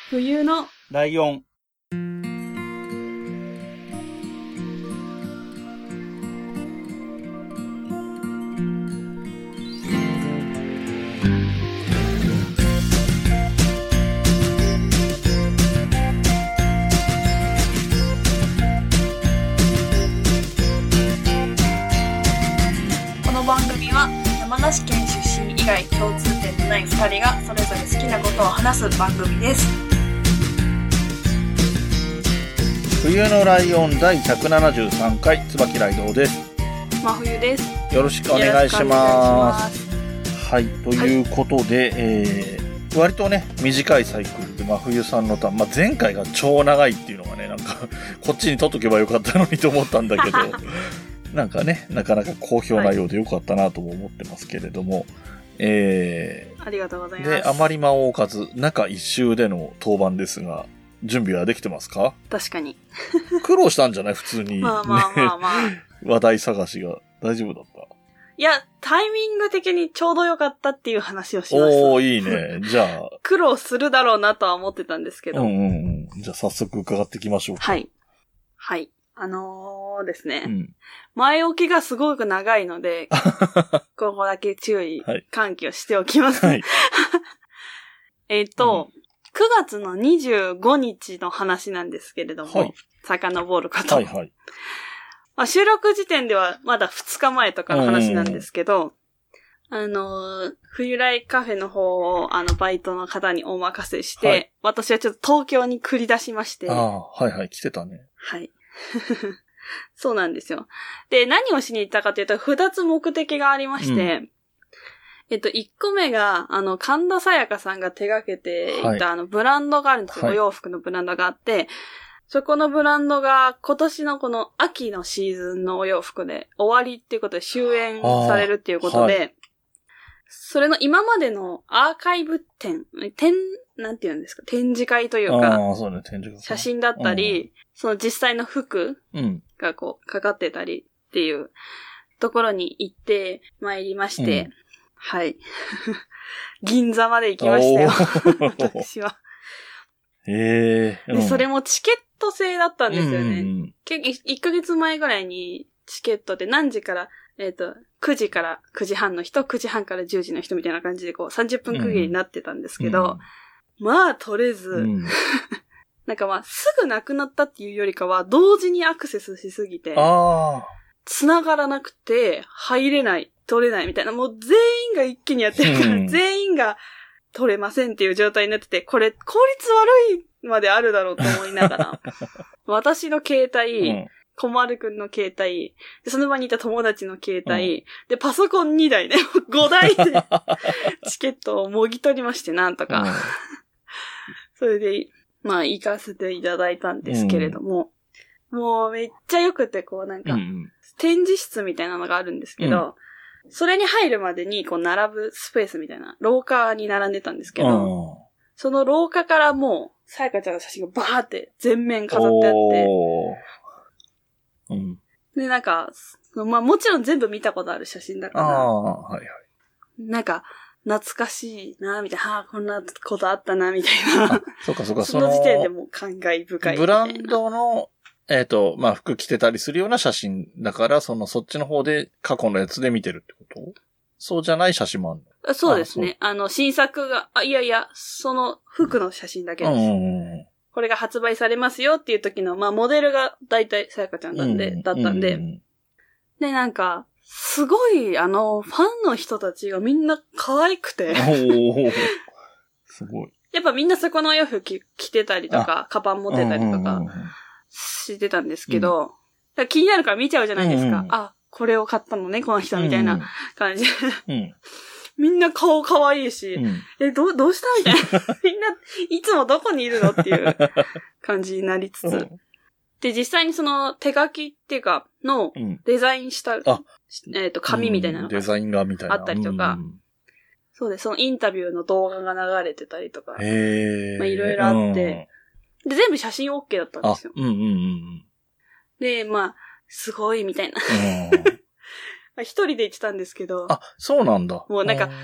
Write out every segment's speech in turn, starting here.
冬のライオン。 この番組は山梨県出身以外共通点のない2人がそれぞれ好きなことを話す番組です。 冬のライオン第173回椿ライドウです。 真冬です。 よろしくお願いします。はい、ということで、割とね短いサイクルで真冬さんのターン、前回が超長いっていうのがね、なんかこっちに取っとけばよかったのにと思ったんだけどなんかね、なかなか好評なようでよかったなとも思ってますけれども、 ありがとうございます。 で、あまり間を置かず中1週での登板ですが、準備はできてますか？ 確かに。 苦労したんじゃない？普通に、ね。 まあ。 話題探しが大丈夫だった？ いや、タイミング的にちょうどよかったっていう話をしました。 おー、いいね。じゃあ。 苦労するだろうなとは思ってたんですけど。 じゃあ早速伺っていきましょうか。 はい。はい。ですね。 うん、 前置きがすごく長いので、ここだけ注意、喚起をしておきます。 はい。 9月の25日の話なんですけれども、遡ること。 はいはい。 収録時点ではまだ2日前とかの話なんですけど、冬来カフェの方をバイトの方にお任せして、私はちょっと東京に繰り出しまして。 来てたね。 はい。そうなんですよ。で、何をしに行ったかというと、2つ目的がありまして、1個目が、神田沙也加さんが手掛けていた、ブランドがあるんですよ。お洋服のブランドがあって、そこのブランドが今年のこの秋のシーズンのお洋服で終わりっていうことで終演されるっていうことで、それの今までのアーカイブなんて言うんですか、展示会というか、写真だったり、その実際の服がこうかかってたりっていうところに行って参りまして、はい。銀座まで行きましたよ。私は。 で、 それもチケット制だったんですよね。1ヶ月前ぐらいにチケットで何時から、9時から9時半の人、9時半から10時の人みたいな感じでこう30分区切りになってたんですけど、まあ取れず、なんかすぐなくなったっていうよりかは同時にアクセスしすぎて、繋がらなくて入れない、取れないみたいな、もう全員が一気にやってるから、全員が取れませんっていう状態になってて、これ効率悪いまであるだろうと思いながら、私の携帯、小丸くんの携帯、その場にいた友達の携帯、で、パソコン2台ね、5台でチケットをもぎ取りまして、なんとか。それで、行かせていただいたんですけれども、もうめっちゃ良くて、こうなんか、展示室みたいなのがあるんですけど、それに入るまでに、こう並ぶスペースみたいな、廊下に並んでたんですけど、その廊下からもう、さやかちゃんの写真がバーって全面飾ってあって、で、なんか、もちろん全部見たことある写真だから、なんか、懐かしいな、みたいな、こんなことあったな、みたいな。 そうか。 その時点でもう感慨深い。 ブランドの、服着てたりするような写真だから、そっちの方で過去のやつで見てるってこと？そうじゃない写真もあるの？ そうですね。新作が、その服の写真だけです。これが発売されますよっていう時の、モデルが大体さやかちゃんだったんで。で、なんか、すごい、ファンの人たちがみんな可愛くて。 すごい。 やっぱみんなそこのお洋服着てたりとか、カバン持ってたりとかしてたんですけど、気になるから見ちゃうじゃないですか。これを買ったのね、この人みたいな感じで。みんな顔可愛いし、どうしたみたいな。みんな、いつもどこにいるのっていう感じになりつつ。で、実際にその手書きっていうか、のデザインした、紙みたいなのがデザイン画みたいな。 あったりとか、そうです。そのインタビューの動画が流れてたりとか、いろいろあって、で、全部写真 OK だったんですよ。で、すごいみたいな。一人で行ってたんですけど。 そうなんだ。 もうなんか、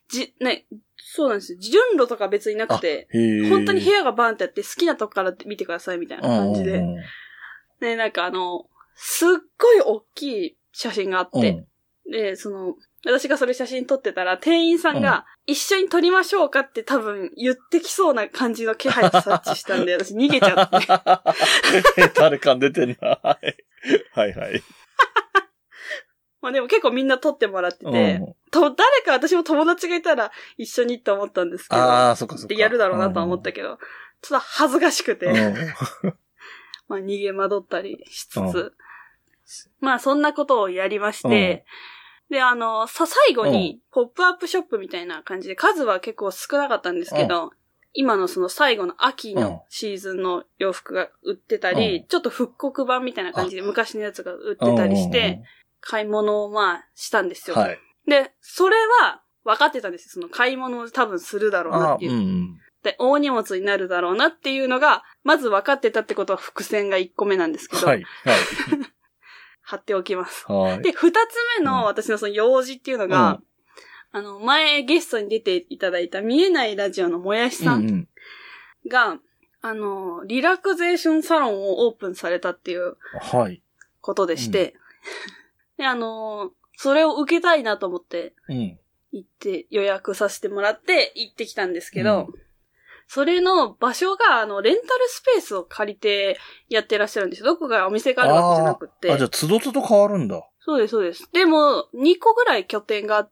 そうなんですよ。順路とか別になくて、本当に部屋がバーンってあって好きなとこから見てくださいみたいな感じで。で、なんかすっごい大きい写真があって、で、私がそれ写真撮ってたら、店員さんが、一緒に撮りましょうかって多分言ってきそうな感じの気配を察知したんで、私逃げちゃって。 誰か出てんな。はいはい。 まあでも結構みんな撮ってもらってて、誰か私も友達がいたら一緒にって思ったんですけど、 そっかそっか。 でやるだろうなとは思ったけど、ちょっと恥ずかしくて、まあ逃げ惑ったりしつつ、まあそんなことをやりまして、で、最後に、ポップアップショップみたいな感じで、数は結構少なかったんですけど、今のその最後の秋のシーズンの洋服が売ってたり、ちょっと復刻版みたいな感じで昔のやつが売ってたりして、買い物をまあしたんですよ。はい、で、それは分かってたんですよ。その買い物を多分するだろうなっていう。で、大荷物になるだろうなっていうのが、まず分かってたってことは伏線が1個目なんですけど。はい。貼っておきます。で、二つ目の私のその用事っていうのが、前ゲストに出ていただいた見えないラジオのもやしさんが、リラクゼーションサロンをオープンされたっていうことでして、で、それを受けたいなと思って、行って予約させてもらって行ってきたんですけど、それの場所が、レンタルスペースを借りてやってらっしゃるんですよ。どこがお店があるわけじゃなくて。 じゃあ、つどつど変わるんだ。 そうです、そうです。でも、2個ぐらい拠点があって、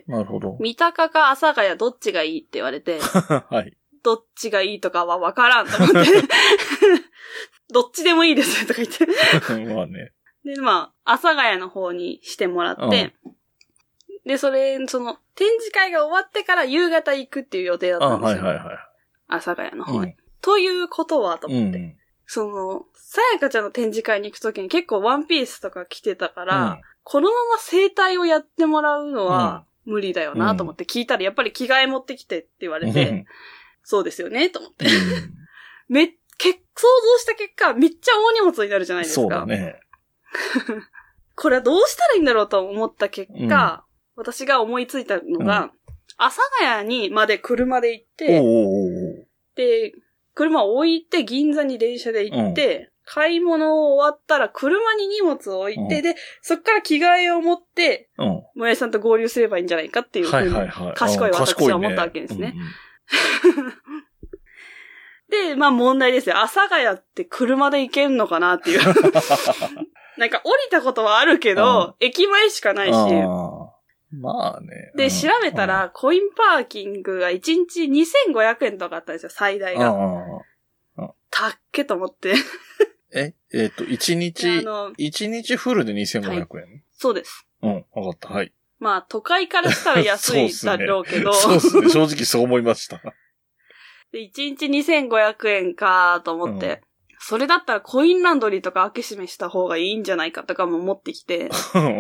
なるほど。 三鷹か阿佐ヶ谷どっちがいいって言われて、 はい。 どっちがいいとかはわからんと思って、どっちでもいいですとか言って。 まあね。 で、まあ、阿佐ヶ谷の方にしてもらって、で、展示会が終わってから夕方行くっていう予定だったんですよ。はい。阿佐ヶ谷の方に。ということはと思って。さやかちゃんの展示会に行くときに結構ワンピースとか着てたから、このまま整体をやってもらうのは無理だよなと思って聞いたら、やっぱり着替え持ってきてって言われて、そうですよねと思って。想像した結果、めっちゃ大荷物になるじゃないですか。 そうだね。 これはどうしたらいいんだろうと思った結果、私が思いついたのが、阿佐ヶ谷にまで車で行って、で、車を置いて銀座に電車で行って、買い物終わったら車に荷物を置いて、で、そっから着替えを持って、もやしさんと合流すればいいんじゃないかっていうふうに、賢い私は思ったわけですね。で、まあ問題ですよ。阿佐ヶ谷って車で行けんのかなっていう。なんか降りたことはあるけど、駅前しかないし。 まあね。 で、調べたら、コインパーキングが1日2500円とかあったんですよ、最大が。たっけと思って。 1日フルで2500円、 そうです。 わかった、はい。 まあ、都会からしたら安いだろうけど。 そうですね、正直そう思いました。 で、1日2500円かと思って、それだったらコインランドリーとか開け閉めした方がいいんじゃないかとかも思ってきて。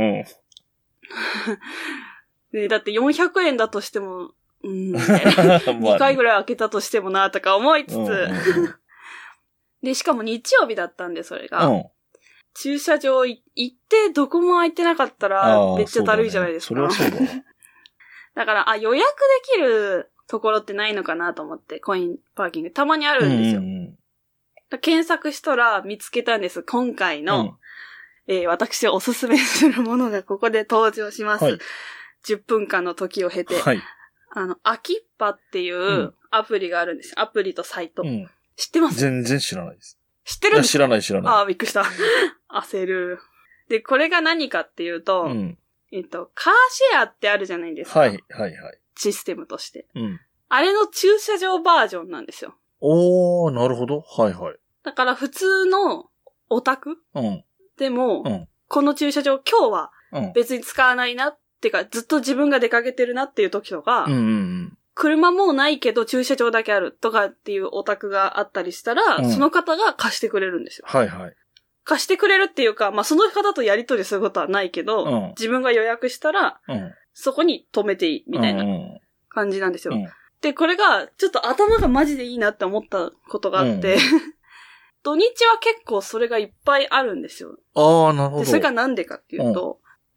で、だって400円だとしても、2回ぐらい開けたとしてもなとか思いつつ、で、しかも日曜日だったんで、それが。駐車場行ってどこも空いてなかったらめっちゃだるいじゃないですか。 それはそうだ。 だから、予約できるところってないのかなと思って、コインパーキングたまにあるんですよ。検索したら見つけたんです。今回の、私おすすめするものがここで登場します。10分間の時を経て。アキッパっていうアプリがあるんですよ。アプリとサイト。知ってます？ 全然知らないです。 知ってるんですか？ 知らない。 あ、びっくりした。焦る。で、これが何かっていうと、カーシェアってあるじゃないですか。システムとして。あれの駐車場バージョンなんですよ。 なるほど。 だから普通のオタクでも、この駐車場今日は別に使わないなってか、ずっと自分が出かけてるなっていう時とか、車もうないけど駐車場だけあるとかっていうオタクがあったりしたら、その方が貸してくれるんですよ。貸してくれるっていうか、まあその方とやり取りすることはないけど、自分が予約したら、そこに止めていいみたいな感じなんですよ。で、これがちょっと頭がマジでいいなって思ったことがあって、土日は結構それがいっぱいあるんですよ。 なるほど。 で、それがなんでかっていうと、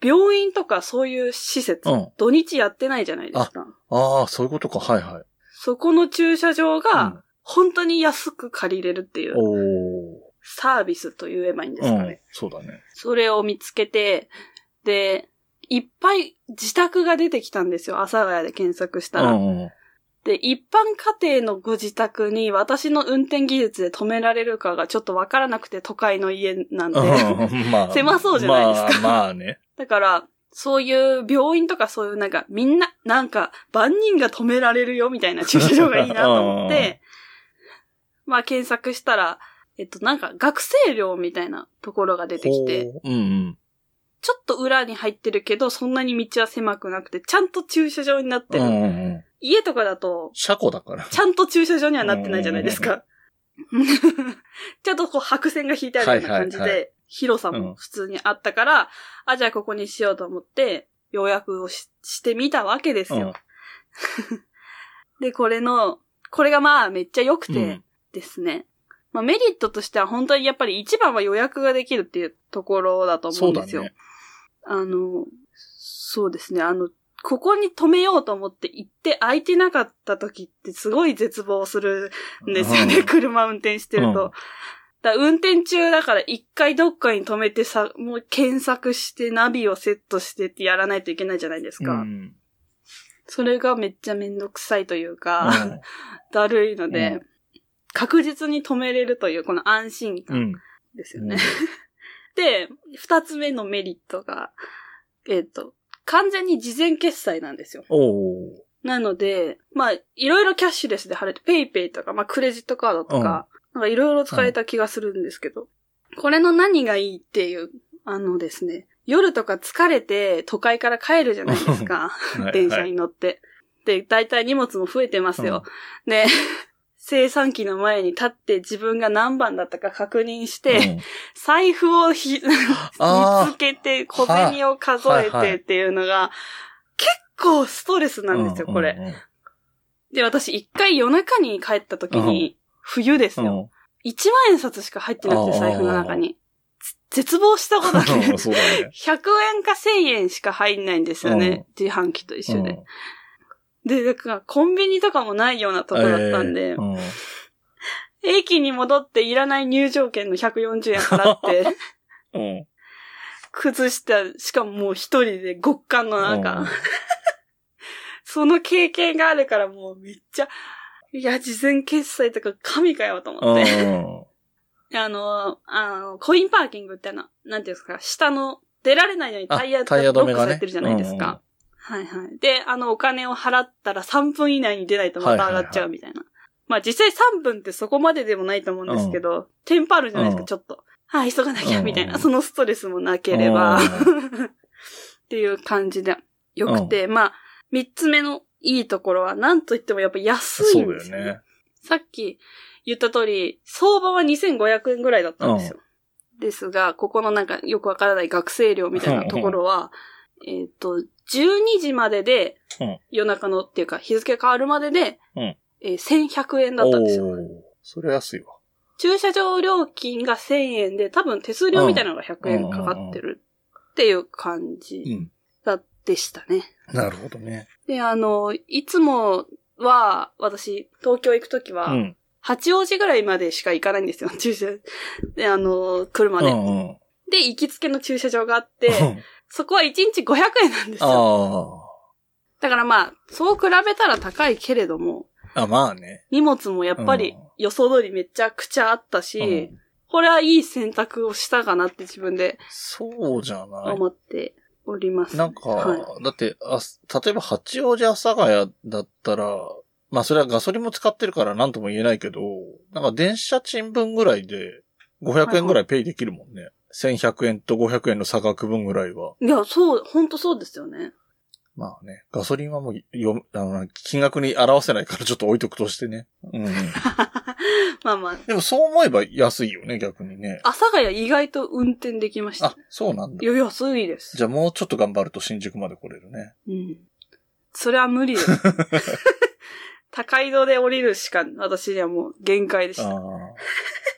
病院とかそういう施設、土日やってないじゃないですか。 ああ、そういうことか。はいはい。 そこの駐車場が、本当に安く借りれるっていう、サービスと言えばいいんですかね。 そうだね。 それを見つけて、で、いっぱい自宅が出てきたんですよ。阿佐ヶ谷で検索したら。で、一般家庭のご自宅に私の運転技術で止められるかがちょっとわからなくて、都会の家なんで、狭そうじゃないですか。 まあね。 だから、そういう病院とかそういうなんかみんな、なんか万人が止められるよみたいな駐車場がいいなと思って、まあ検索したら、なんか学生寮みたいなところが出てきて、ちょっと裏に入ってるけど、そんなに道は狭くなくて、ちゃんと駐車場になってる。家とかだと、 車庫だから。 ちゃんと駐車場にはなってないじゃないですか。ちゃんとこう白線が引いてあるような感じで、広さも普通にあったから、じゃあここにしようと思って、予約をしてみたわけですよ。で、これがまあめっちゃ良くてですね。まあメリットとしては本当にやっぱり一番は予約ができるっていうところだと思うんですよ。そうだね。そうですね。ここに止めようと思って行って空いてなかった時ってすごい絶望するんですよね。車運転してると。運転中だから一回どっかに止めてもう検索してナビをセットしてってやらないといけないじゃないですか。それがめっちゃめんどくさいというか、だるいので、確実に止めれるというこの安心感ですよね。で、二つ目のメリットが、完全に事前決済なんですよ。なので、まあ、いろいろキャッシュレスで払えて、ペイペイとか、まあ、クレジットカードとか、なんかいろいろ使えた気がするんですけど、これの何がいいっていう、ですね、夜とか疲れて都会から帰るじゃないですか。電車に乗って。で、だいたい荷物も増えてますよ。で、精算機の前に立って自分が何番だったか確認して、財布を見つけて小銭を数えてっていうのが結構ストレスなんですよ、これ。で、私一回夜中に帰った時に、冬ですよ。1万円札しか入ってなくて財布の中に。絶望したことで、100円か1000円しか入んないんですよね。自販機と一緒で。で、だからコンビニとかもないようなとこだったんで、駅に戻っていらない入場券の140円払って、崩した、しかももう一人で極寒の中、その経験があるからもうめっちゃ、いや、事前決済とか神かよと思って。コインパーキングってなんていうんですか、下の出られないようにタイヤロックされてるじゃないですか。はいはい。で、お金を払ったら3分以内に出ないとまた上がっちゃうみたいな。まあ実際3分ってそこまででもないと思うんですけど、テンパるじゃないですか、ちょっと。急がなきゃみたいな、そのストレスもなければ、っていう感じでよくて、まあ、3つ目のいいところは何と言ってもやっぱ安いんですよね。そうだよね。さっき言った通り、相場は2500円ぐらいだったんですよ。ですが、ここのなんかよくわからない学生寮みたいなところは、12時までで、夜中のっていうか日付変わるまでで、1100円だったんですよ。 それ安いわ。 駐車場料金が1000円で、多分手数料みたいなのが100円かかってるっていう感じでしたね。 なるほどね。 で、いつもは、私、東京行くときは、八王子ぐらいまでしか行かないんですよ、駐車。で、車で。で、行きつけの駐車場があって、そこは1日500円なんですよ。だからまあ、そう比べたら高いけれども、 まあね。 荷物もやっぱり予想通りめちゃくちゃあったし、これはいい選択をしたかなって自分で。 そうじゃない。 思っております。 なんか、だって、例えば八王子阿佐ヶ谷だったら、まあそれはガソリンも使ってるから何とも言えないけど、なんか電車賃分ぐらいで500円ぐらいペイできるもんね。1100円と500円の差額分ぐらいは。いや、 ほんとそうですよね。 まあね、ガソリンはもう金額に表せないからちょっと置いとくとしてね。 まあまあ。 でもそう思えば安いよね、逆にね。 阿佐ヶ谷意外と運転できました。 そうなんだ。 いや、安いです。 じゃあもうちょっと頑張ると新宿まで来れるね。 それは無理です。高井戸で降りるしか、私にはもう限界でした。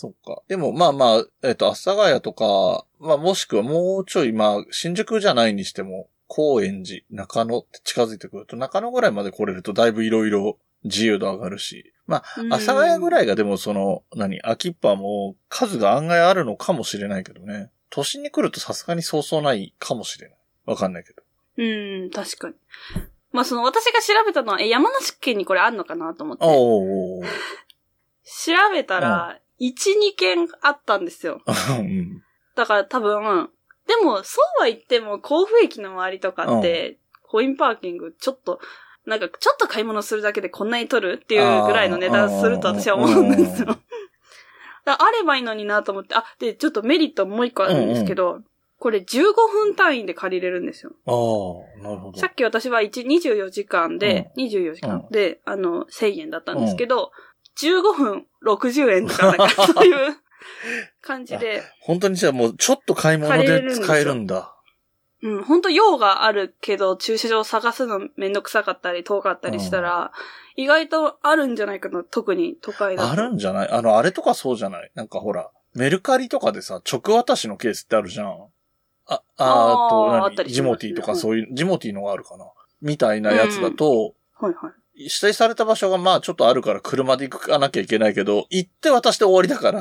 そっか。でも、まあまあ、阿佐ヶ谷とか、まあもしくはもうちょい、まあ、新宿じゃないにしても、高円寺、中野って近づいてくると、中野ぐらいまで来れるとだいぶいろいろ自由度上がるし。まあ、阿佐ヶ谷ぐらいがでも秋っぱも数が案外あるのかもしれないけどね。都心に来るとさすがにそうそうないかもしれない。わかんないけど。 確かに。まあ私が調べたのは、山梨県にこれあんのかなと思って。調べたら、1、2件あったんですよ。だから多分、でも、そうは言っても、甲府駅の周りとかって、コインパーキング、ちょっと買い物するだけでこんなに取るっていうぐらいの値段すると私は思うんですよ。あればいいのになと思って、で、ちょっとメリットもう一個あるんですけど、これ15分単位で借りれるんですよ。 なるほど。 さっき私は24時間で、1000円だったんですけど、15分60円とか、そういう感じで。 本当にじゃあもうちょっと買い物で使えるんだ。 本当用があるけど、駐車場探すのめんどくさかったり遠かったりしたら、意外とあるんじゃないかな、特に都会だと。 あるんじゃない？あれとかそうじゃない？なんかほら、メルカリとかでさ、直渡しのケースってあるじゃん。ジモティーとかそういう、ジモティーのがあるかなみたいなやつだと、指定された場所がまあちょっとあるから車で行かなきゃいけないけど、行って渡して終わりだから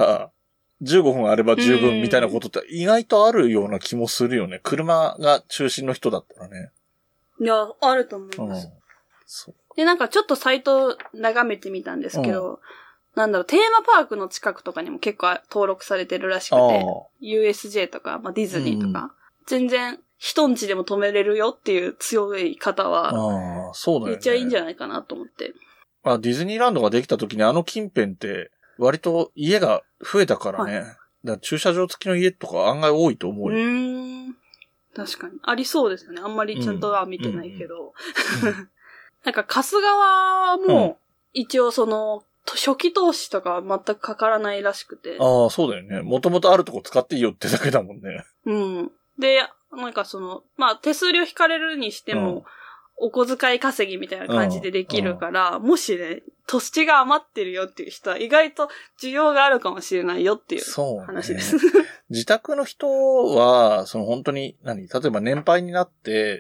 、15分あれば十分みたいなことって意外とあるような気もするよね。車が中心の人だったらね。 いや、あると思います。で、ちょっとサイト眺めてみたんですけど、テーマパークの近くとかにも結構登録されてるらしくて、USJ とか、ディズニーとか、全然人んちでも止めれるよっていう強い方は、 そうだよね。 めっちゃいいんじゃないかなと思って。 ディズニーランドができた時に近辺って割と家が増えたからね。だから駐車場付きの家とか案外多いと思うよ。 確かに。ありそうですよね。あんまりちゃんとは見てないけど。春日はも一応初期投資とかは全くかからないらしくて。 そうだよね。もともとあるとこ使っていいよってだけだもんね。 で、手数料引かれるにしても、お小遣い稼ぎみたいな感じでできるから、もしね、土地が余ってるよっていう人は意外と需要があるかもしれないよっていう話です。 自宅の人は、本当に、例えば年配になって、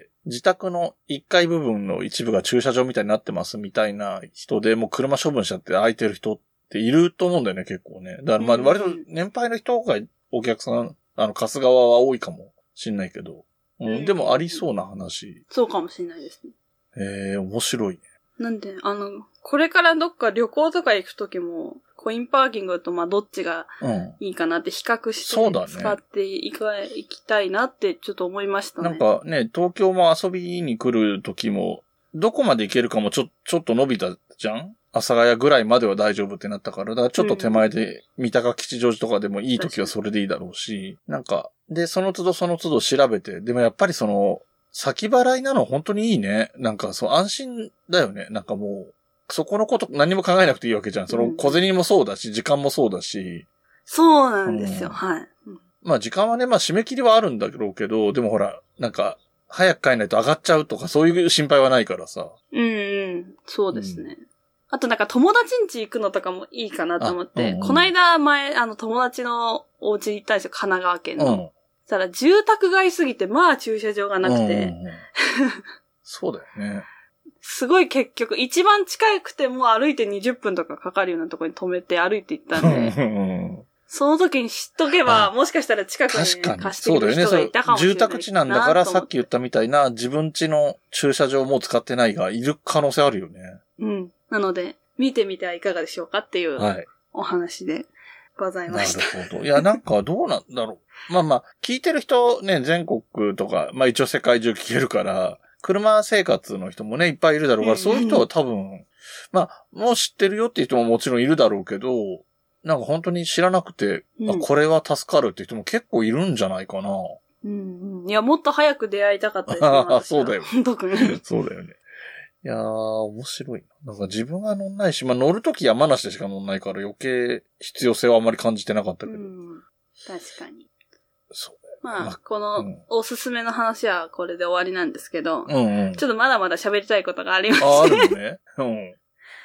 自宅の1階部分の一部が駐車場みたいになってますみたいな人でもう車処分しちゃって空いてる人っていると思うんだよね、結構ね。だから割と年配の人がお客さん、春日川は多いかもしんないけど。でもありそうな話。 そうかもしれないですね。 面白いね。 なんで、これからどっか旅行とか行くときも、コインパーキングとどっちがいいかなって比較して、使っていきたいなってちょっと思いましたね。 東京も遊びに来るときも、どこまで行けるかもちょっと伸びたじゃん？阿佐ヶ谷ぐらいまでは大丈夫ってなったから、だからちょっと手前で、三鷹吉祥寺とかでもいいときはそれでいいだろうし、で、その都度調べて、でもやっぱり先払いなの本当にいいね。安心だよね。もう、そこのこと何も考えなくていいわけじゃん。小銭もそうだし、時間もそうだし。 そうなんですよ。はい。 時間はね、締め切りはあるんだろうけど、でもほら、早く帰んないと上がっちゃうとか、そういう心配はないからさ。 そうですね。あと友達ん家行くのとかもいいかなと思って、この間友達のお家行ったんですよ、神奈川県の。ただ住宅街すぎて、駐車場がなくて。 そうだよね。 すごい結局、一番近くても歩いて20分とかかかるようなところに止めて歩いて行ったんで、その時に知っとけば、もしかしたら近くに、貸してくる人がいたかもしれない。 住宅地なんだからさっき言ったみたいな自分家の駐車場も使ってないがいる可能性あるよね。 なので、見てみてはいかがでしょうかっていうお話でございました。 なるほど。いや、どうなんだろう。聞いてる人ね、全国とか、一応世界中聞けるから、車生活の人もね、いっぱいいるだろうから、そういう人は多分、もう知ってるよっていう人ももちろんいるだろうけど、本当に知らなくて、これは助かるっていう人も結構いるんじゃないかな。 いや、もっと早く出会いたかったですね。 そうだよ。 特に。 そうだよね。いやー、面白いな。自分は乗んないし、乗るとき山梨でしか乗んないから余計必要性はあんまり感じてなかったけど。 確かに。 そう。 このおすすめの話はこれで終わりなんですけど、ちょっとまだまだ喋りたいことがありまして。 あるのね。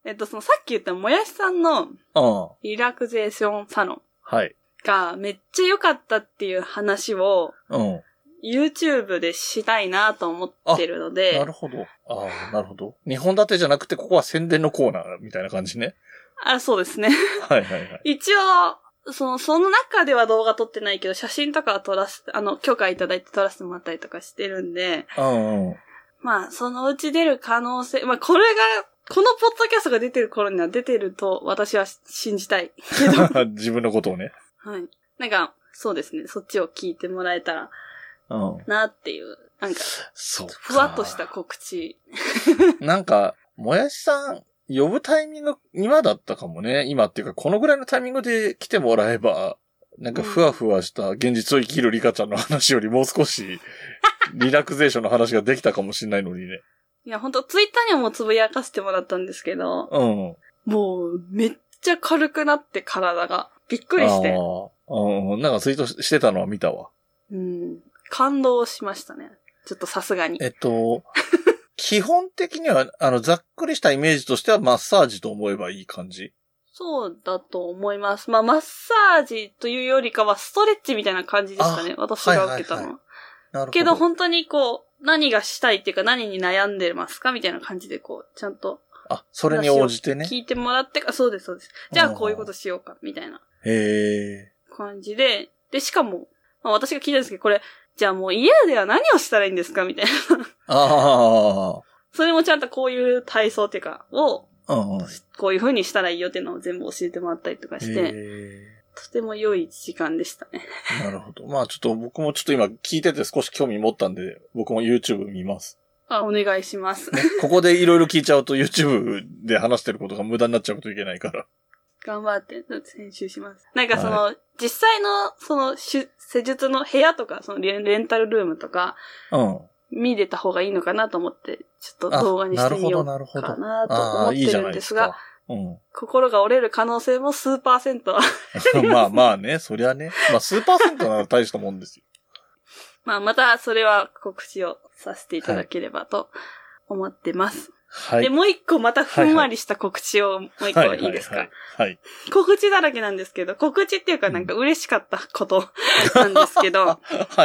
そのさっき言ったもやしさんのリラクゼーションサロンがめっちゃ良かったっていう話を、YouTube でしたいなと思ってるので。 なるほど。なるほど。2本立てじゃなくて、ここは宣伝のコーナーみたいな感じね。 そうですね。 はいはいはい。 一応、その中では動画撮ってないけど、写真とかは撮らせて、許可いただいて撮らせてもらったりとかしてるんで、まあ、そのうち出る可能性、まあ、このポッドキャストが出てる頃には出てると私は信じたいけど。 自分のことをね。 はい。なんか、そうですね。そっちを聞いてもらえたら、なっていう、なんか、ふわっとした告知。 なんか、もやしさん、呼ぶタイミング、今だったかもね。今っていうか、このぐらいのタイミングで来てもらえば、なんかふわふわした現実を生きるリカちゃんの話よりもう少し、リラクゼーションの話ができたかもしれないのにね。 いや、ほんと、ツイッターにもつぶやかせてもらったんですけど、もう、めっちゃ軽くなって体が。びっくりして。 なんかツイートしてたのは見たわ。 感動しましたね。ちょっとさすがに。 基本的には、ざっくりしたイメージとしてはマッサージと思えばいい感じ？ そうだと思います。まあ、マッサージというよりかはストレッチみたいな感じでしたね。私が受けたのは。なるほど。けど本当に何がしたいっていうか何に悩んでますかみたいな感じでちゃんと。 それに応じてね。 聞いてもらってそうです、そうです。じゃあこういうことしようか、みたいな。感じで、しかも、まあ私が聞いたんですけど、これ、じゃあもう家では何をしたらいいんですかみたいな。それもちゃんとこういう体操っていうか、こういう風にしたらいいよっていうのを全部教えてもらったりとかして、とても良い時間でしたね。 なるほど。まあちょっと僕もちょっと今聞いてて少し興味持ったんで、僕も YouTube 見ます。 お願いします。 ここでいろいろ聞いちゃうと YouTube で話してることが無駄になっちゃうといけないから。 頑張って編集します。なんか実際の施術の部屋とか、レンタルルームとか、見れた方がいいのかなと思って、ちょっと動画にしてみようかなと思ってるんですが、心が折れる可能性も数%は。 まあね、そりゃね。まあ数パーセントなら大したもんですよ。 まあまたそれは告知をさせていただければと思ってます。はい。で、もう一個またふんわりした告知をもう一個いいですか？ はい。 告知だらけなんですけど、告知っていうかなんか嬉しかったことなんですけど。 はい。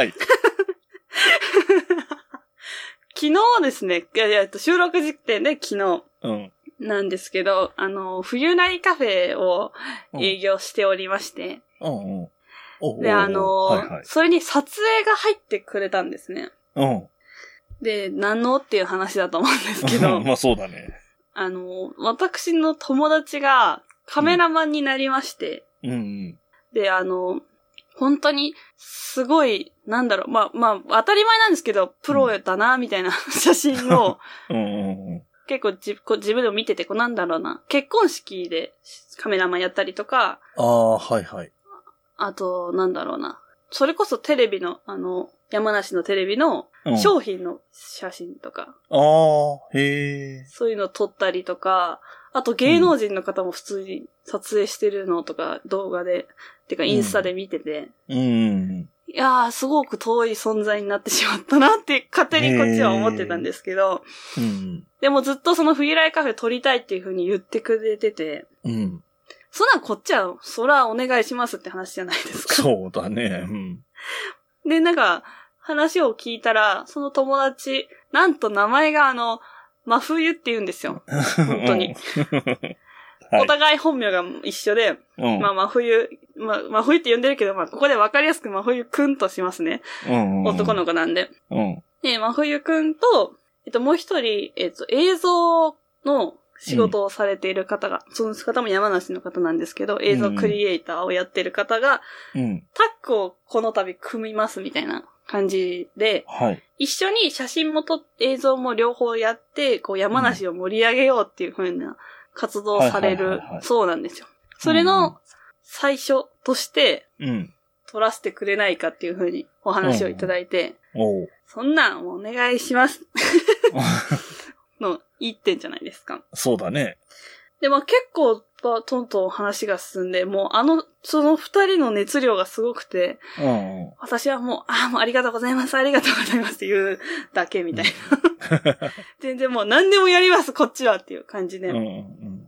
昨日ですね、収録時点で昨日なんですけど、冬なりカフェを営業しておりまして、で、それに撮影が入ってくれたんですね。で、何のっていう話だと思うんですけど。 まあそうだね。 私の友達がカメラマンになりまして。で、本当にすごい、まあ当たり前なんですけど、プロだな、みたいな写真を、結構自分でも見てて、結婚式でカメラマンやったりとか。 はいはい。 あと、それこそテレビの、山梨のテレビの商品の写真とか。 へえ。 そういうの撮ったりとか、あと芸能人の方も普通に撮影してるのとか動画で、てかインスタで見てて。いやー、すごく遠い存在になってしまったなって勝手にこっちは思ってたんですけど。でもずっとその冬来カフェ撮りたいっていう風に言ってくれてて。そんなんこっちは、そらお願いしますって話じゃないですか。 そうだね。 で、話を聞いたら、その友達、なんと名前が真冬って言うんですよ。本当に。お互い本名が一緒で、まあ真冬って呼んでるけど、まあここで分かりやすく真冬くんとしますね。男の子なんで。で、真冬くんと、もう一人、映像の仕事をされている方が、その方も山梨の方なんですけど、映像クリエイターをやってる方が、タッグをこの度組みますみたいな感じで、一緒に写真も撮って映像も両方やって、山梨を盛り上げようっていう風な活動をされるそうなんですよ。それの最初として、撮らせてくれないかっていう風にお話をいただいて、そんなんお願いします。の一点じゃないですか。 そうだね。 で、まあ結構、トントン話が進んで、もうその二人の熱量がすごくて、私はもうありがとうございます、ありがとうございますって言うだけみたいな。全然もう何でもやります、こっちはっていう感じで。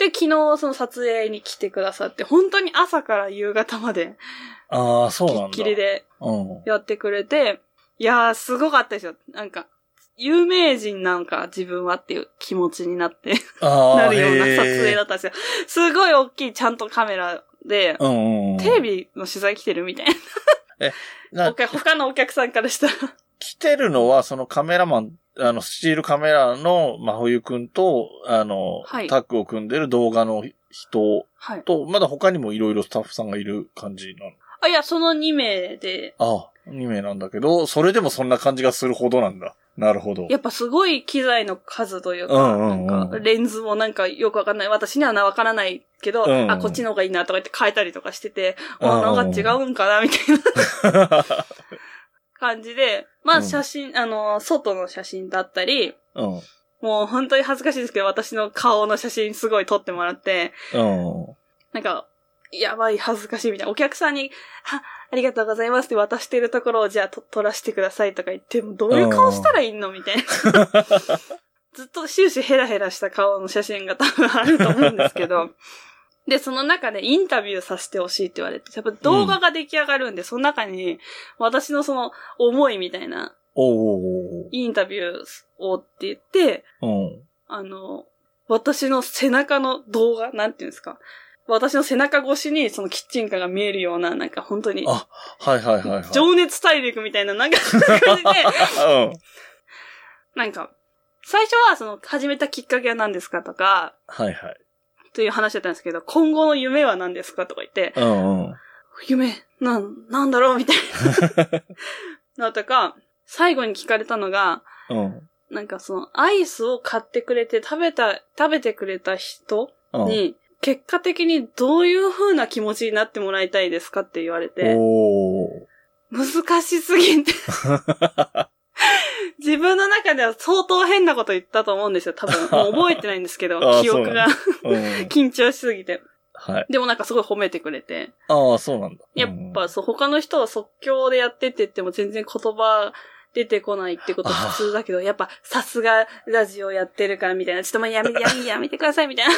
で、昨日その撮影に来てくださって、本当に朝から夕方まで、 ああ、そうなんだ。 きっきりでやってくれて、いやー、すごかったですよ。なんか、有名人なんか自分はっていう気持ちになってなるような撮影だったんですよ。すごい大きいちゃんとカメラで、テレビの取材来てるみたいな。他のお客さんからしたら。 来てるのは、そのカメラマン、スチールカメラの真冬くんと、タッグを組んでる動画の人と、まだ他にもいろいろスタッフさんがいる感じなの？ いや、その2名で。 2名なんだけど、それでもそんな感じがするほどなんだ。なるほど。 やっぱすごい機材の数というか、なんかレンズもなんかよくわかんない。私にはわからないけど、こっちの方がいいなとか言って変えたりとかしてて、なんか違うんかなみたいな感じで、まあ写真、外の写真だったり、もう本当に恥ずかしいですけど、私の顔の写真すごい撮ってもらって、なんか、やばい恥ずかしいみたいな。お客さんに、ありがとうございますって渡してるところをじゃあ撮らせてくださいとか言って、もうどういう顔したらいいのみたいな。ずっと終始ヘラヘラした顔の写真が多分あると思うんですけど。で、その中でインタビューさせてほしいって言われて、やっぱ動画が出来上がるんで、その中に私のその思いみたいな、インタビューをって言って、私の背中の動画、なんていうんですか。私の背中越しにそのキッチンカーが見えるような、なんか本当に。情熱大陸みたいな、なんか感じで。なんか、最初はその始めたきっかけは何ですかとか。という話だったんですけど、今後の夢は何ですかとか言って。夢、なんだろうみたいな。とか、最後に聞かれたのが、なんかそのアイスを買ってくれて食べてくれた人に、結果的にどういう風な気持ちになってもらいたいですかって言われて。難しすぎて。自分の中では相当変なこと言ったと思うんですよ。多分。もう覚えてないんですけど、記憶が緊張しすぎて。でもなんかすごい褒めてくれて。 そうなんだ。 やっぱ他の人は即興でやってって言っても全然言葉出てこないってこと普通だけど、やっぱさすがラジオやってるからみたいな、ちょっともうやめてくださいみたいな。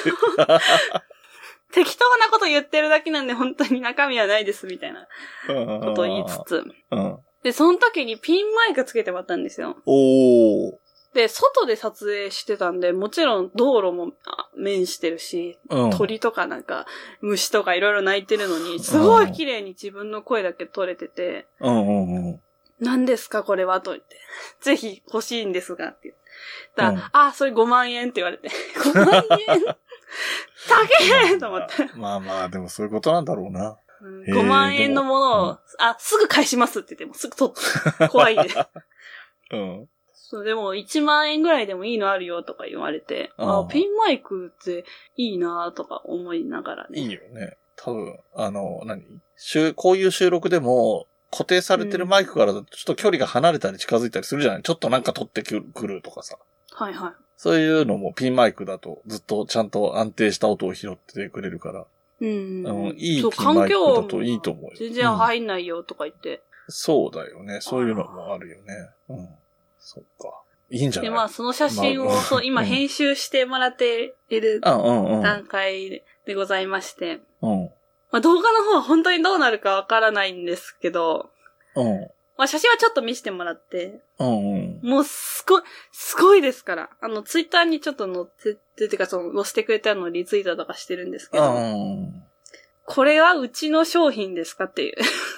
適当なこと言ってるだけなんで本当に中身はないですみたいなことを言いつつ。で、その時にピンマイクつけてもらったんですよ。で、外で撮影してたんで、もちろん道路も面してるし、鳥とかなんか虫とかいろいろ鳴いてるのに、すごい綺麗に自分の声だけ取れてて、何ですかこれはと言って。ぜひ欲しいんですがって言ったら、それ5万円って言われて。5万円高えと思って。 まあ、でもそういうことなんだろうな。 5万円のものを、すぐ返しますって言っても、すぐ取って、怖いで。そう、でも1万円ぐらいでもいいのあるよとか言われて、ピンマイクっていいなとか思いながらね。 いいよね。多分、こういう収録でも、固定されてるマイクからだとちょっと距離が離れたり近づいたりするじゃない？ちょっとなんか取ってくるとかさ。そういうのもピンマイクだとずっとちゃんと安定した音を拾ってくれるから。いいピンマイクだといいと思うよ。 全然入んないよとか言って。 そうだよね。そういうのもあるよね。そっか。いいんじゃない？ で、その写真を今編集してもらっている段階でございまして。動画の方は本当にどうなるかわからないんですけど、写真はちょっと見せてもらって、もうすごいですから。ツイッターにちょっと載っててか、載せてくれたのをリツイートとかしてるんですけど、これはうちの商品ですかっていう。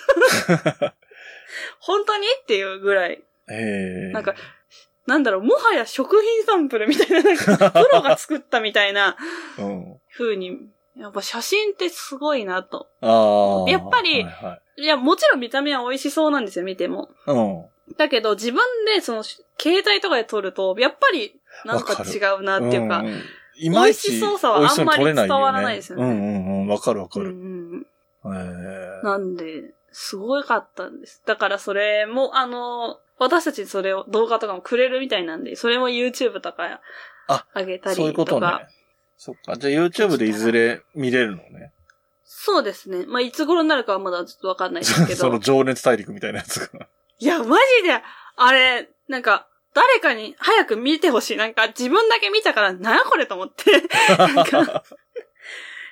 本当にっていうぐらい。なんか、もはや食品サンプルみたいな、なんかプロが作ったみたいな風に、やっぱ写真ってすごいなと。やっぱり、いや、もちろん見た目は美味しそうなんですよ、見ても。だけど、自分でその、携帯とかで撮ると、やっぱり、なんか違うなっていうか、美味しそうさはあんまり伝わらないですよね。 わかるわかる。 なんで、すごかったんです。だからそれも、私たちそれを動画とかもくれるみたいなんで、それも YouTube とか上げたりとか。 そういうことね。そっか。じゃあ YouTube でいずれ見れるのね。 そうですね。まあ、いつ頃になるかはまだちょっとわかんないですけど。 その情熱大陸みたいなやつが。 いや、マジで、あれ、なんか、誰かに早く見てほしい。なんか、自分だけ見たから、なんやこれと思って。なんか、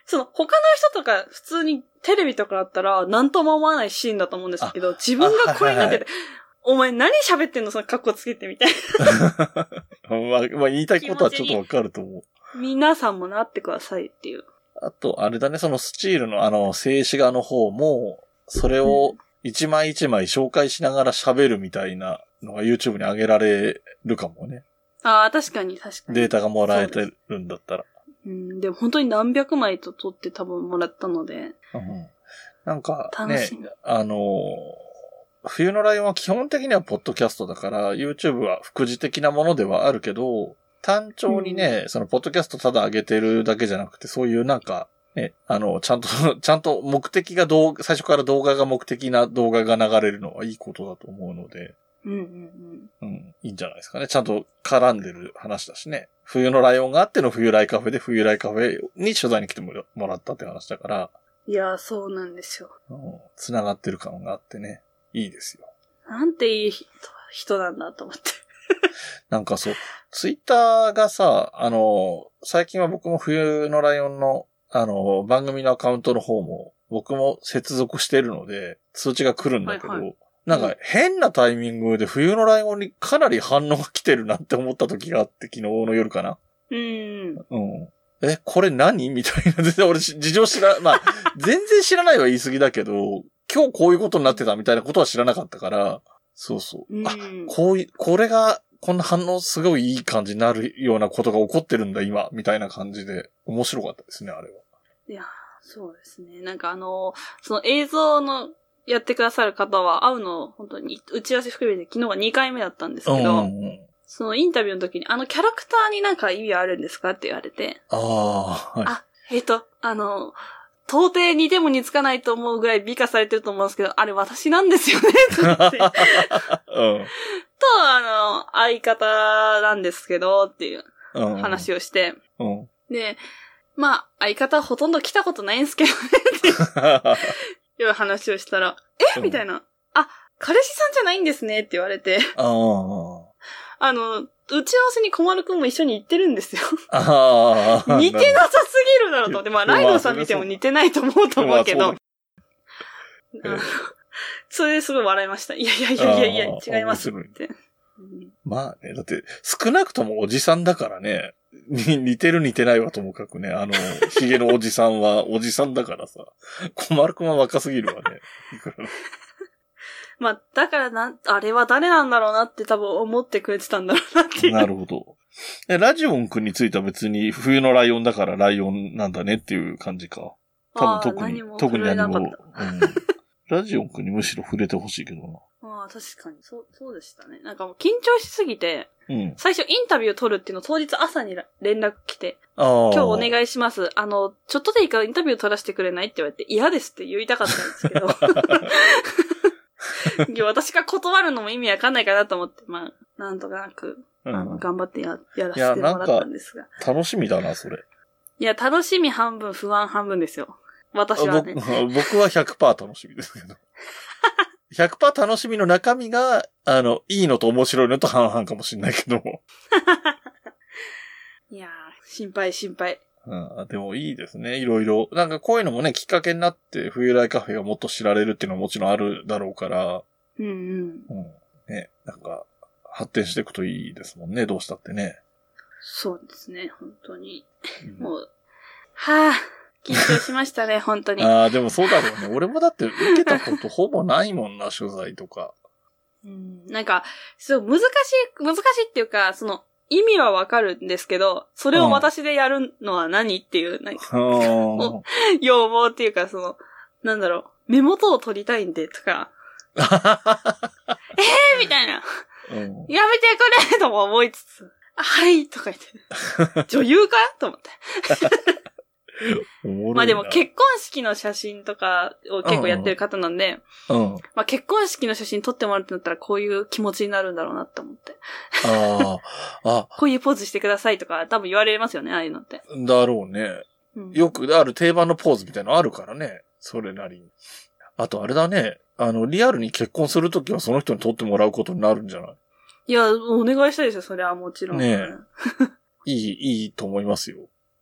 その他の人とか普通にテレビとかあったら何とも思わないシーンだと思うんですけど、自分がこれになってて、お前何喋ってんのその格好つけてみたいな。 まあ言いたいことはちょっとわかると思う。 皆さんもなってくださいっていう。 あと、あれだね、そのスチールの静止画の方も、それを一枚一枚紹介しながら喋るみたいなのが YouTube に上げられるかもね。 ああ、確かに。 データがもらえてるんだったら。 でも本当に何百枚と撮って多分もらったので。 なんかね、冬のライオンは基本的にはポッドキャストだから、YouTube は副次的なものではあるけど、単調にね、そのポッドキャストただ上げてるだけじゃなくて、そういうなんか、ね、ちゃんと目的が最初から動画が目的な動画が流れるのはいいことだと思うので、いいんじゃないですかね。ちゃんと絡んでる話だしね。冬のライオンがあっての冬来カフェで冬来カフェに取材に来てもらったって話だから。 いや、そうなんですよ。 繋がってる感があってね。いいですよ。 なんていい人なんだと思って。 なんかそう、ツイッターがさ、最近は僕も冬のライオンの、番組のアカウントの方も、僕も接続してるので、通知が来るんだけど、なんか変なタイミングで冬のライオンにかなり反応が来てるなって思った時があって、昨日の夜かな。これ何みたいな。全然俺事情まあ、全然知らないは言い過ぎだけど、今日こういうことになってたみたいなことは知らなかったから、そうそう。これが、こんな反応すごいいい感じになるようなことが起こってるんだ今、みたいな感じで、面白かったですね、あれは。 いや、そうですね。なんかその映像のやってくださる方は会うの、本当に打ち合わせ含めて昨日が2回目だったんですけど、そのインタビューの時にキャラクターになんか意味あるんですかって言われて、到底似ても似つかないと思うぐらい美化されてると思うんですけど、あれ私なんですよね、と思って。相方なんですけど、っていう話をして。で、まあ、相方ほとんど来たことないんですけどね、っていう話をしたら、みたいな。彼氏さんじゃないんですね、って言われて。打ち合わせに小丸くんも一緒に行ってるんですよ。似てなさすぎるだろうと思って、まあ、ライドさん見ても似てないと思うと思うけど。それですごい笑いました。いや、違いますって。 まあね、だって、少なくともおじさんだからね、似てる似てないはともかくね、髭のおじさんはおじさんだからさ、小丸くんは若すぎるわね。 まあ、だからあれは誰なんだろうなって多分思ってくれてたんだろうなっていう。 なるほど。ラジオンくんについては別に冬のライオンだからライオンなんだねっていう感じか。多分特に何も。ラジオンくんにむしろ触れてほしいけどな。 確かに。そうでしたね。なんかもう緊張しすぎて、最初インタビュー取るっていうの当日朝に連絡来て、今日お願いします。ちょっとでいいからインタビュー取らせてくれないって言われて、嫌ですって言いたかったんですけど。私が断るのも意味わかんないかなと思って、まあ、なんとかなく、頑張ってやらせてもらったんですが。 楽しみだな、それ。いや、楽しみ半分、不安半分ですよ。私はね。 僕は 100% 楽しみですけど。100% 楽しみの中身が、いいのと面白いのと半々かもしれないけども。 いやー、心配。 でもいいですね。いろいろ。なんかこういうのもね、きっかけになって、冬来カフェがもっと知られるっていうのはもちろんあるだろうから。ね、なんか、発展していくといいですもんね、どうしたってね。 そうですね、本当に。もう、緊張しましたね、本当に。 でもそうだろうね。俺もだって受けたことほぼないもんな、取材とか。 なんか、そう、難しいっていうか、意味はわかるんですけど、それを私でやるのは何っていう、要望っていうか、なんだろう、目元を取りたいんで、とか。みたいな。やめてくれとも思いつつ、はいとか言って。女優かと思って。まあでも結婚式の写真とかを結構やってる方なんで、まあ結婚式の写真撮ってもらうってなったらこういう気持ちになるんだろうなって思って。こういうポーズしてくださいとか多分言われますよね、ああいうのって。 だろうね。よくある定番のポーズみたいなのあるからね。それなりに。あとあれだね。リアルに結婚するときはその人に撮ってもらうことになるんじゃない？ いや、お願いしたいですよ、それはもちろん。 ねえ。いいと思いますよ。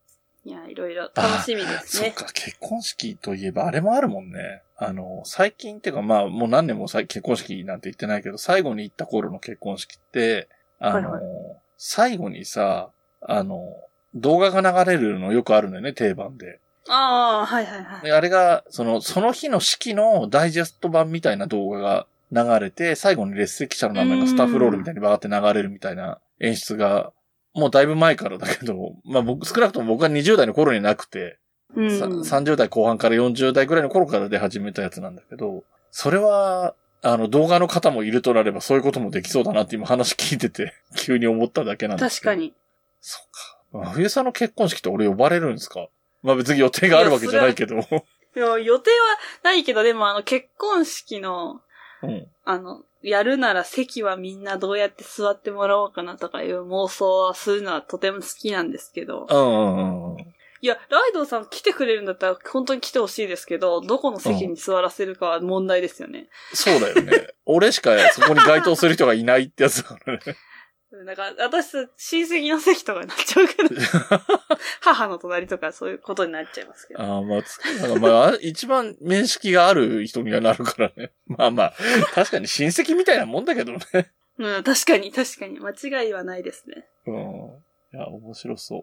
いや、いろいろ楽しみですね。 そっか、結婚式といえばあれもあるもんね。最近っていうかまあもう何年も結婚式なんて言ってないけど、最後に行った頃の結婚式って、はいはい、最後にさ、動画が流れるのよくあるんだよね、定番で。 ああ、はいはいはい。 であれが、その日の式のダイジェスト版みたいな動画が流れて、最後に列席者の名前がスタッフロールみたいにバーって流れるみたいな演出が、もうだいぶ前からだけど、まあ少なくとも僕が20代の頃になくて、30代後半から40代ぐらいの頃から出始めたやつなんだけど、それは、動画の方もいるとなればそういうこともできそうだなって今話聞いてて、急に思っただけなんですけど。 確かに。 そうか。冬さんの結婚式って俺呼ばれるんですか？まあ別に予定があるわけじゃないけど。 いや、予定はないけど、でも結婚式の、やるなら席はみんなどうやって座ってもらおうかなとかいう妄想はするのはとても好きなんですけど。いや、ライドウさん来てくれるんだったら本当に来てほしいですけど、どこの席に座らせるかは問題ですよね。 そうだよね。俺しかそこに該当する人がいないってやつだからね。 なんか、私、親戚の席とかになっちゃうけど、母の隣とかそういうことになっちゃいますけど。 一番面識がある人にはなるからね。まあ、確かに親戚みたいなもんだけどね。 うん、確かに、間違いはないですね。 いや、面白そう。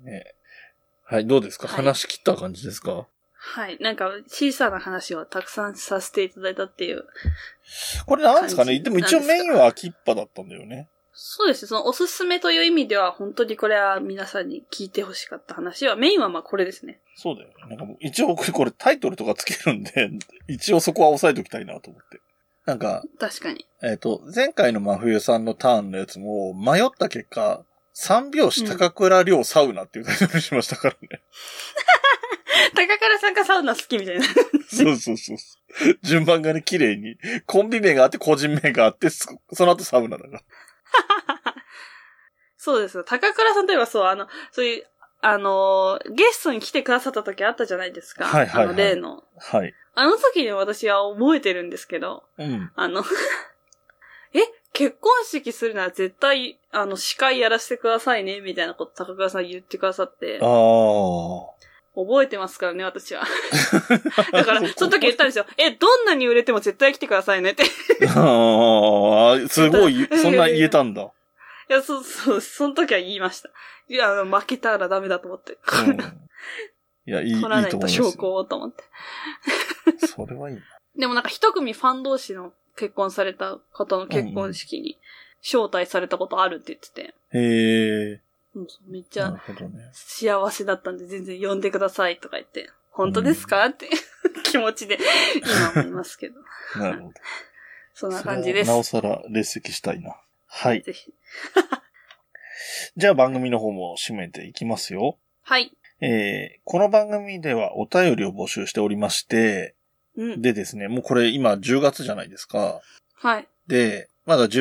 ね。はい、どうですか？話し切った感じですか？ はい。なんか、小さな話をたくさんさせていただいたっていう。 これなんですかね？でも一応メインは秋っぱだったんだよね。 そうですね。そのおすすめという意味では、本当にこれは皆さんに聞いてほしかった話は、メインはまあこれですね。 そうだよね。なんかもう一応これタイトルとかつけるんで、一応そこは押さえておきたいなと思って。なんか、 確かに。 前回の真冬さんのターンのやつも、迷った結果、三拍子高倉涼サウナっていうタイトルにしましたからね。 高倉さんがサウナ好きみたいな。 そう。順番がね、綺麗に。コンビ名があって、個人名があって、その後サウナだから。 そうです。高倉さんといえばそう、そういう、ゲストに来てくださった時あったじゃないですか。はい。例の。 はい。 あの時に私は覚えてるんですけど。結婚式するなら絶対、司会やらせてくださいね、みたいなこと高倉さん言ってくださって。覚えてますからね、私は。だから、その時言ったんですよ。どんなに売れても絶対来てくださいねって。 すごい、そんな言えたんだ。 いや、その時は言いました。いや、負けたらダメだと思って。 いや、いいと思います。取らないと証拠をと思って。 それはいいな。 でもなんか一組ファン同士の結婚された方の結婚式に招待されたことあるって言ってて。 へー。 めっちゃ幸せだったんで全然呼んでくださいとか言って、本当ですかって気持ちで今思いますけど。 なるほど。 そんな感じです。 なおさら列席したいな。はい。 ぜひ。 じゃあ番組の方も締めていきますよ。 はい。 この番組ではお便りを募集しておりまして、でですね、もうこれ今10月じゃないですか。 はい。 で、まだ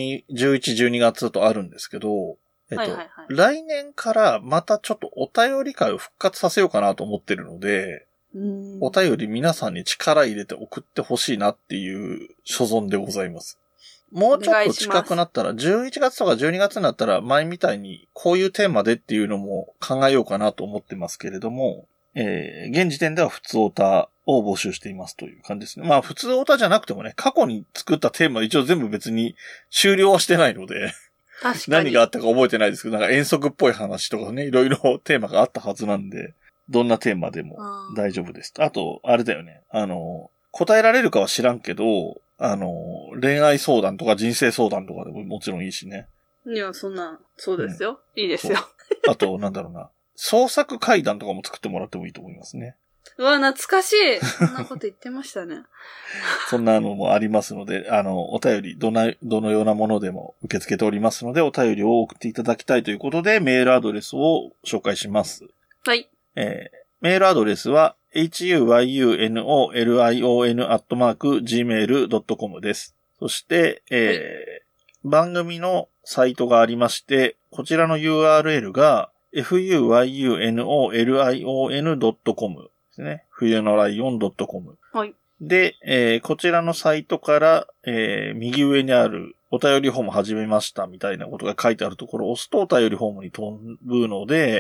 11、12月とあるんですけど、来年からまたちょっとお便り会を復活させようかなと思ってるので、お便り皆さんに力入れて送ってほしいなっていう所存でございます。もうちょっと近くなったら、11月とか12月になったら前みたいにこういうテーマでっていうのも考えようかなと思ってますけれども、現時点では普通オタを募集していますという感じですね。まあ普通オタじゃなくてもね、過去に作ったテーマ一応全部別に終了はしてないので、 確かに何があったか覚えてないですけど、なんか遠足っぽい話とかね、いろいろテーマがあったはずなんで、どんなテーマでも大丈夫です。あと、あれだよね。答えられるかは知らんけど、恋愛相談とか人生相談とかでももちろんいいしね。 いや、そうですよ。いいですよ。 あと、なんだろうな。創作会談とかも作ってもらってもいいと思いますね。 うわ、懐かしい。そんなこと言ってましたね。 そんなのもありますので、お便り、どのようなものでも受け付けておりますので、お便りを送っていただきたいということで、メールアドレスを紹介します。 はい。 メールアドレスは、huyunolion@gmail.com です。そして、番組のサイトがありまして、こちらの URL が、fuyunolion.com ですね。冬のライオン .com。 はい。 で、こちらのサイトから、右上にあるお便りフォーム始めましたみたいなことが書いてあるところを押すとお便りフォームに飛ぶので、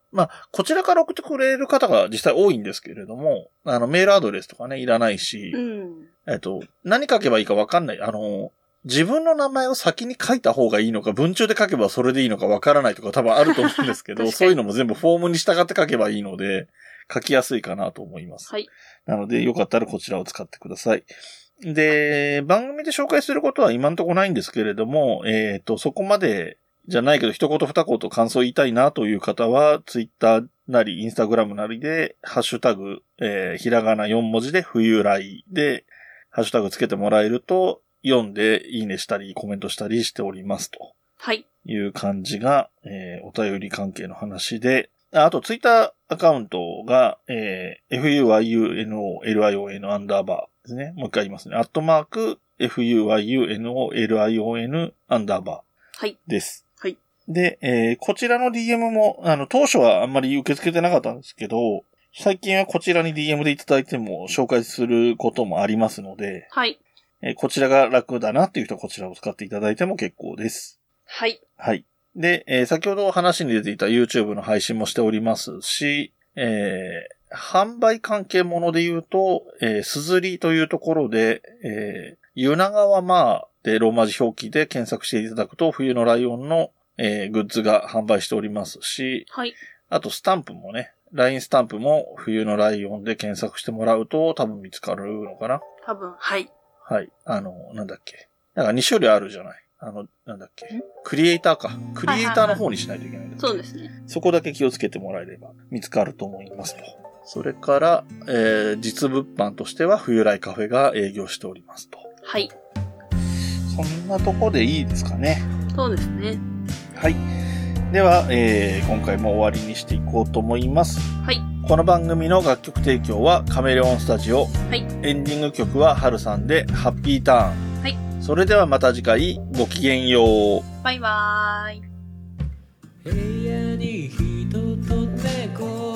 まあ、こちらから送ってくれる方が実際多いんですけれども、メールアドレスとかね、いらないし、何書けばいいかわかんない。自分の名前を先に書いた方がいいのか、文中で書けばそれでいいのかわからないとか多分あると思うんですけど、そういうのも全部フォームに従って書けばいいので、書きやすいかなと思います。 はい。 なので、よかったらこちらを使ってください。で、番組で紹介することは今んとこないんですけれども、そこまでじゃないけど一言二言感想言いたいなという方は、ツイッターなりインスタグラムなりで、ハッシュタグ、ひらがな4文字で冬来で、ハッシュタグつけてもらえると、読んでいいねしたりコメントしたりしておりますと。 はい。いう感じが、お便り関係の話で、あとツイッターアカウントが、FUYUNOLION アンダーバーですね。もう一回言いますね。@FUYUNOLION アンダーバーです。 はい。 で、こちらの DM も、当初はあんまり受け付けてなかったんですけど、最近はこちらに DM でいただいても紹介することもありますので、 はい。 こちらが楽だなっていう人はこちらを使っていただいても結構です。 はい。 はい。で、先ほど話に出ていた YouTube の配信もしておりますし、販売関係もので言うと、すずりというところで、湯長はまあでローマ字表記で検索していただくと冬のライオンの、グッズが販売しておりますし、 はい。 あとスタンプもね、LINE スタンプも冬のライオンで検索してもらうと多分見つかるのかな？ 多分、はい。 はい。なんだっけ。なんか2種類あるじゃない。なんだっけ。クリエイターか。クリエイターの方にしないといけないんだっけ。 そうですね。 そこだけ気をつけてもらえれば見つかると思いますと。それから、実物販としては冬来カフェが営業しておりますと。 はい。 そんなとこでいいですかね。 そうですね。 はい。では、今回も終わりにしていこうと思います。 はい。 この番組の楽曲提供はカメレオンスタジオ。 はい。 エンディング曲はハルさんでハッピーターン。 はい。 それではまた次回ごきげんよう。 バイバーイ。部屋に人と猫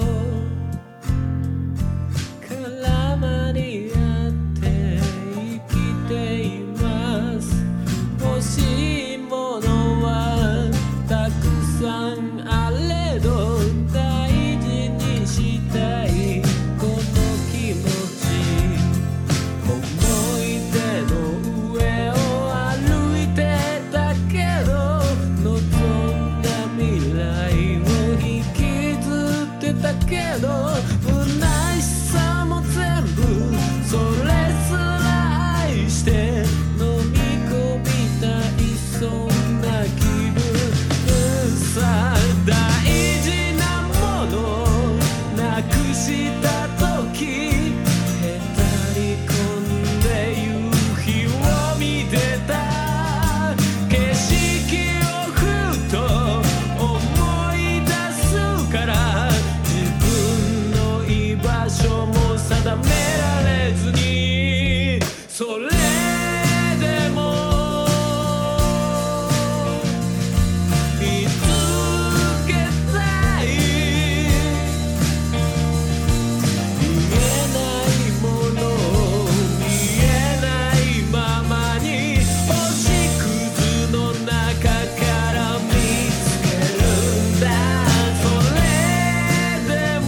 絡まり合って生きています。欲しいものはたくさんあれど大事にしたいこの気持ち、思い出の上を歩いてたけど望んだ未来を引きずってたけど虚しさも全部それすら愛して飲み込みたいそんな気分さ、大事なものなくした時へたり込んで夕日を見てた景色をふと思い出すから自分の居場所も定められずにそれでも見つけたい見えないもの見えないままに星屑の中から見つけるんだ。それでも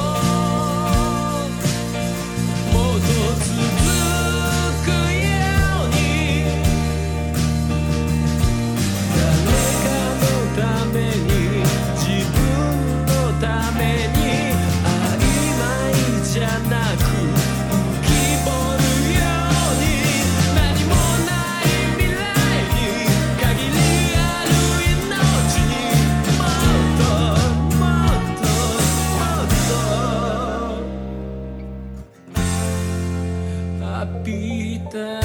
もっと続くように誰かのために自分のために曖昧じゃなく浮き彫るように何もない未来に限りある命にもっともっともっとハッピーターン